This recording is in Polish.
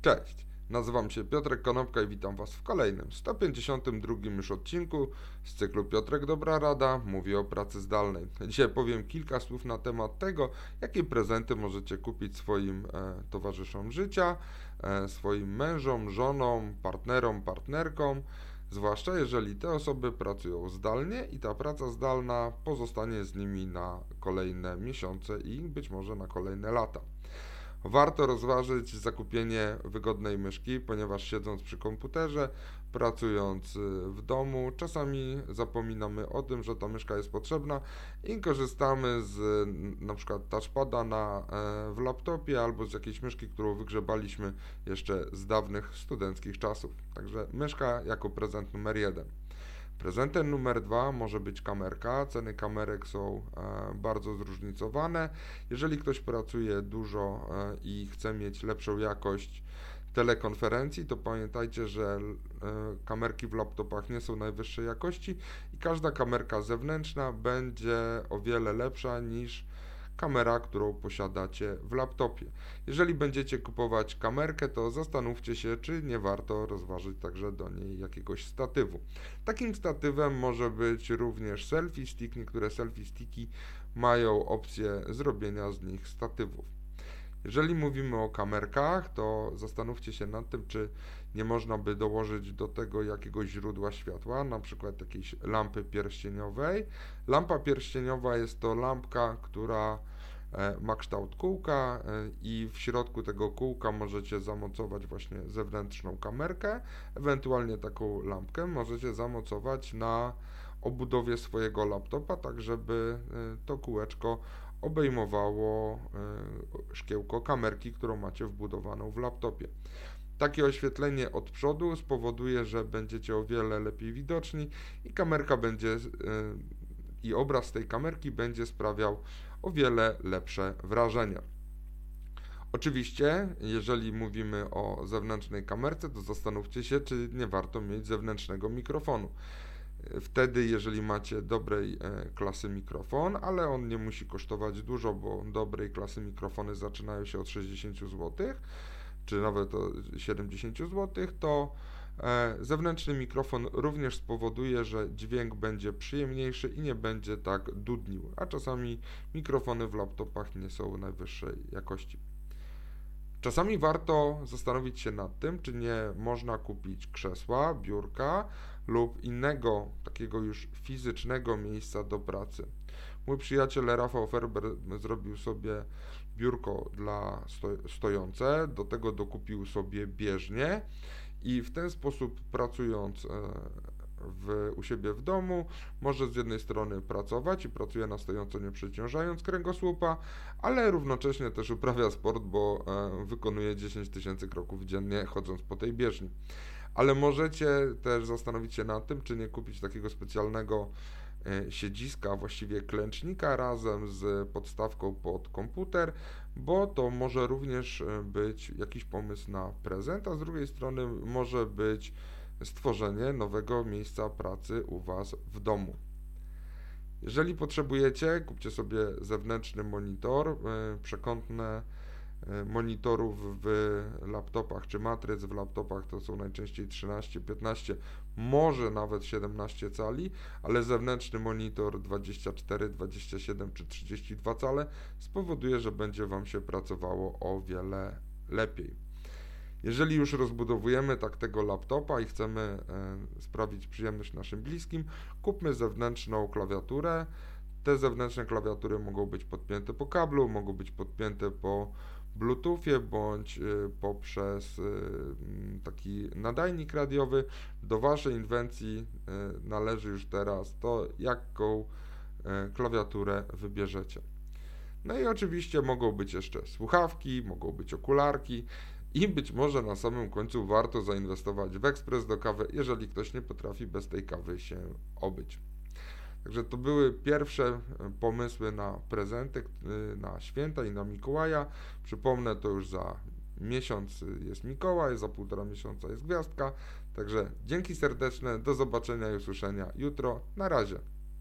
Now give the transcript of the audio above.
Cześć, nazywam się Piotrek Konopka i witam Was w kolejnym, 152 już odcinku z cyklu Piotrek Dobra Rada mówi o pracy zdalnej. Dzisiaj powiem kilka słów na temat tego, jakie prezenty możecie kupić swoim towarzyszom życia, swoim mężom, żonom, partnerom, partnerkom, zwłaszcza jeżeli te osoby pracują zdalnie i ta praca zdalna pozostanie z nimi na kolejne miesiące i być może na kolejne lata. Warto rozważyć zakupienie wygodnej myszki, ponieważ siedząc przy komputerze, pracując w domu, czasami zapominamy o tym, że ta myszka jest potrzebna i korzystamy z na przykład touchpada w laptopie albo z jakiejś myszki, którą wygrzebaliśmy jeszcze z dawnych studenckich czasów. Także myszka jako prezent numer 1. Prezentem numer 2 może być kamerka. Ceny kamerek są bardzo zróżnicowane. Jeżeli ktoś pracuje dużo i chce mieć lepszą jakość telekonferencji, to pamiętajcie, że kamerki w laptopach nie są najwyższej jakości i każda kamerka zewnętrzna będzie o wiele lepsza niż kamera, którą posiadacie w laptopie. Jeżeli będziecie kupować kamerkę, to zastanówcie się, czy nie warto rozważyć także do niej jakiegoś statywu. Takim statywem może być również selfie stick. Niektóre selfie sticki mają opcję zrobienia z nich statywów. Jeżeli mówimy o kamerkach, to zastanówcie się nad tym, czy nie można by dołożyć do tego jakiegoś źródła światła, na przykład jakiejś lampy pierścieniowej. Lampa pierścieniowa jest to lampka, która ma kształt kółka i w środku tego kółka możecie zamocować właśnie zewnętrzną kamerkę, ewentualnie taką lampkę możecie zamocować na obudowie swojego laptopa, tak żeby to kółeczko obejmowało szkiełko kamerki, którą macie wbudowaną w laptopie. Takie oświetlenie od przodu spowoduje, że będziecie o wiele lepiej widoczni i kamerka będzie i obraz tej kamerki będzie sprawiał o wiele lepsze wrażenie. Oczywiście, jeżeli mówimy o zewnętrznej kamerce, to zastanówcie się, czy nie warto mieć zewnętrznego mikrofonu. Wtedy, jeżeli macie dobrej klasy mikrofon, ale on nie musi kosztować dużo, bo dobrej klasy mikrofony zaczynają się od 60 zł, czy nawet od 70 zł, to zewnętrzny mikrofon również spowoduje, że dźwięk będzie przyjemniejszy i nie będzie tak dudnił, a czasami mikrofony w laptopach nie są najwyższej jakości. Czasami warto zastanowić się nad tym, czy nie można kupić krzesła, biurka lub innego takiego już fizycznego miejsca do pracy. Mój przyjaciel Rafał Ferber zrobił sobie biurko dla stojące, do tego dokupił sobie bieżnię i w ten sposób pracując u siebie w domu może z jednej strony pracować i pracuje na stojąco, nie przeciążając kręgosłupa, ale równocześnie też uprawia sport, bo wykonuje 10 000 kroków dziennie chodząc po tej bieżni. Ale możecie też zastanowić się nad tym, czy nie kupić takiego specjalnego siedziska, właściwie klęcznika razem z podstawką pod komputer, bo to może również być jakiś pomysł na prezent, a z drugiej strony może być stworzenie nowego miejsca pracy u Was w domu. Jeżeli potrzebujecie, kupcie sobie zewnętrzny monitor, przekątne monitorów w laptopach, czy matryc w laptopach to są najczęściej 13, 15, może nawet 17 cali, ale zewnętrzny monitor 24, 27 czy 32 cale spowoduje, że będzie Wam się pracowało o wiele lepiej. Jeżeli już rozbudowujemy tak tego laptopa i chcemy sprawić przyjemność naszym bliskim, kupmy zewnętrzną klawiaturę. Te zewnętrzne klawiatury mogą być podpięte po kablu, mogą być podpięte po Bluetoothie bądź poprzez taki nadajnik radiowy. Do Waszej inwencji należy już teraz to, jaką klawiaturę wybierzecie. No i oczywiście mogą być jeszcze słuchawki, mogą być okularki i być może na samym końcu warto zainwestować w ekspres do kawy, jeżeli ktoś nie potrafi bez tej kawy się obyć. Także to były pierwsze pomysły na prezenty na święta i na Mikołaja. Przypomnę, to już za miesiąc jest Mikołaj, za 1,5 miesiąca jest gwiazdka. Także dzięki serdeczne, do zobaczenia i usłyszenia jutro. Na razie.